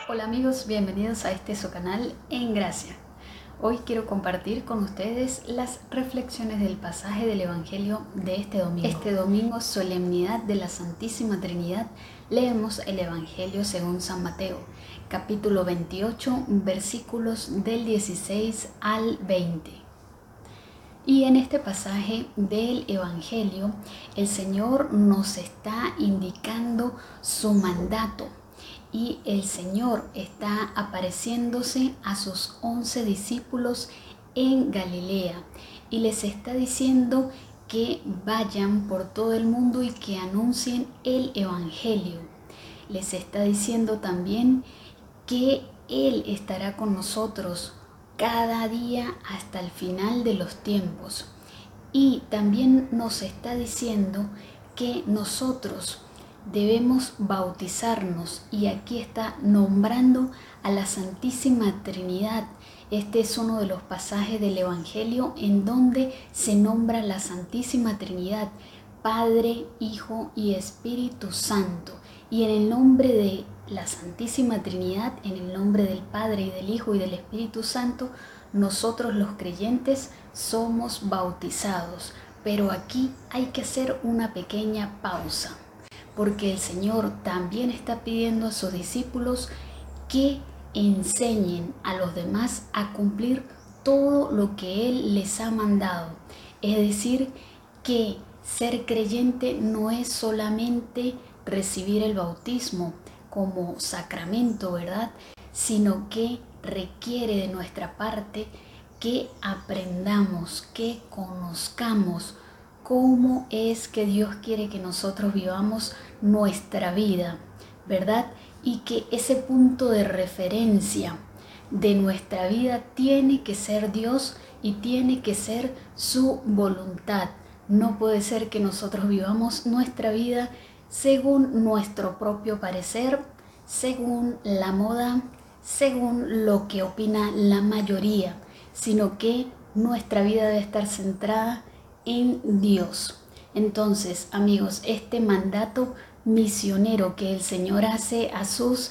Hola amigos, bienvenidos a su canal En Gracia. Hoy quiero compartir con ustedes las reflexiones del pasaje del Evangelio de este domingo. Este domingo, solemnidad de la Santísima Trinidad, leemos el Evangelio según San Mateo, capítulo 28, versículos del 16 al 20. Y en este pasaje del Evangelio, el Señor nos está indicando su mandato. Y el Señor está apareciéndose a sus 11 discípulos en Galilea y les está diciendo que vayan por todo el mundo y que anuncien el Evangelio. Les está diciendo también que Él estará con nosotros cada día hasta el final de los tiempos. Y también nos está diciendo que nosotros debemos bautizarnos, y aquí está nombrando a la Santísima Trinidad. Este es uno de los pasajes del Evangelio en donde se nombra la Santísima Trinidad, Padre, Hijo y Espíritu Santo. Y en el nombre de la Santísima Trinidad, en el nombre del Padre y del Hijo y del Espíritu Santo, nosotros los creyentes somos bautizados. Pero aquí hay que hacer una pequeña pausa, porque el Señor también está pidiendo a sus discípulos que enseñen a los demás a cumplir todo lo que Él les ha mandado. Es decir, que ser creyente no es solamente recibir el bautismo como sacramento, ¿verdad? Sino que requiere de nuestra parte que aprendamos, que conozcamos cómo es que Dios quiere que nosotros vivamos nuestra vida, ¿verdad? Y que ese punto de referencia de nuestra vida tiene que ser Dios y tiene que ser su voluntad. No puede ser que nosotros vivamos nuestra vida según nuestro propio parecer, según la moda, según lo que opina la mayoría, sino que nuestra vida debe estar centrada en Dios. Entonces, amigos, este mandato misionero que el Señor hace a sus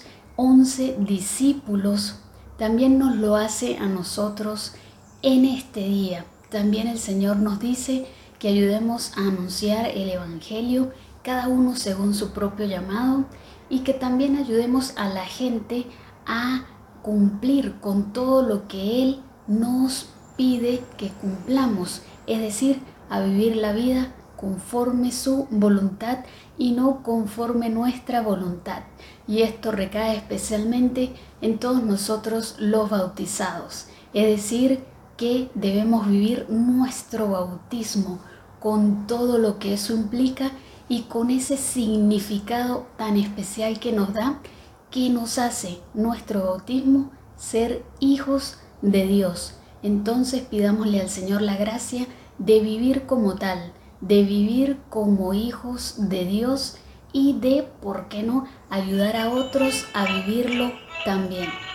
11 discípulos, también nos lo hace a nosotros en este día. También el Señor nos dice que ayudemos a anunciar el Evangelio, cada uno según su propio llamado, y que también ayudemos a la gente a cumplir con todo lo que Él nos pide que cumplamos, es decir, a vivir la vida conforme su voluntad y no conforme nuestra voluntad. Y esto recae especialmente en todos nosotros los bautizados, es decir, que debemos vivir nuestro bautismo con todo lo que eso implica y con ese significado tan especial que nos da, que nos hace nuestro bautismo ser hijos de Dios. Entonces pidámosle al Señor la gracia de vivir como tal, de vivir como hijos de Dios y de, ¿por qué no?, ayudar a otros a vivirlo también.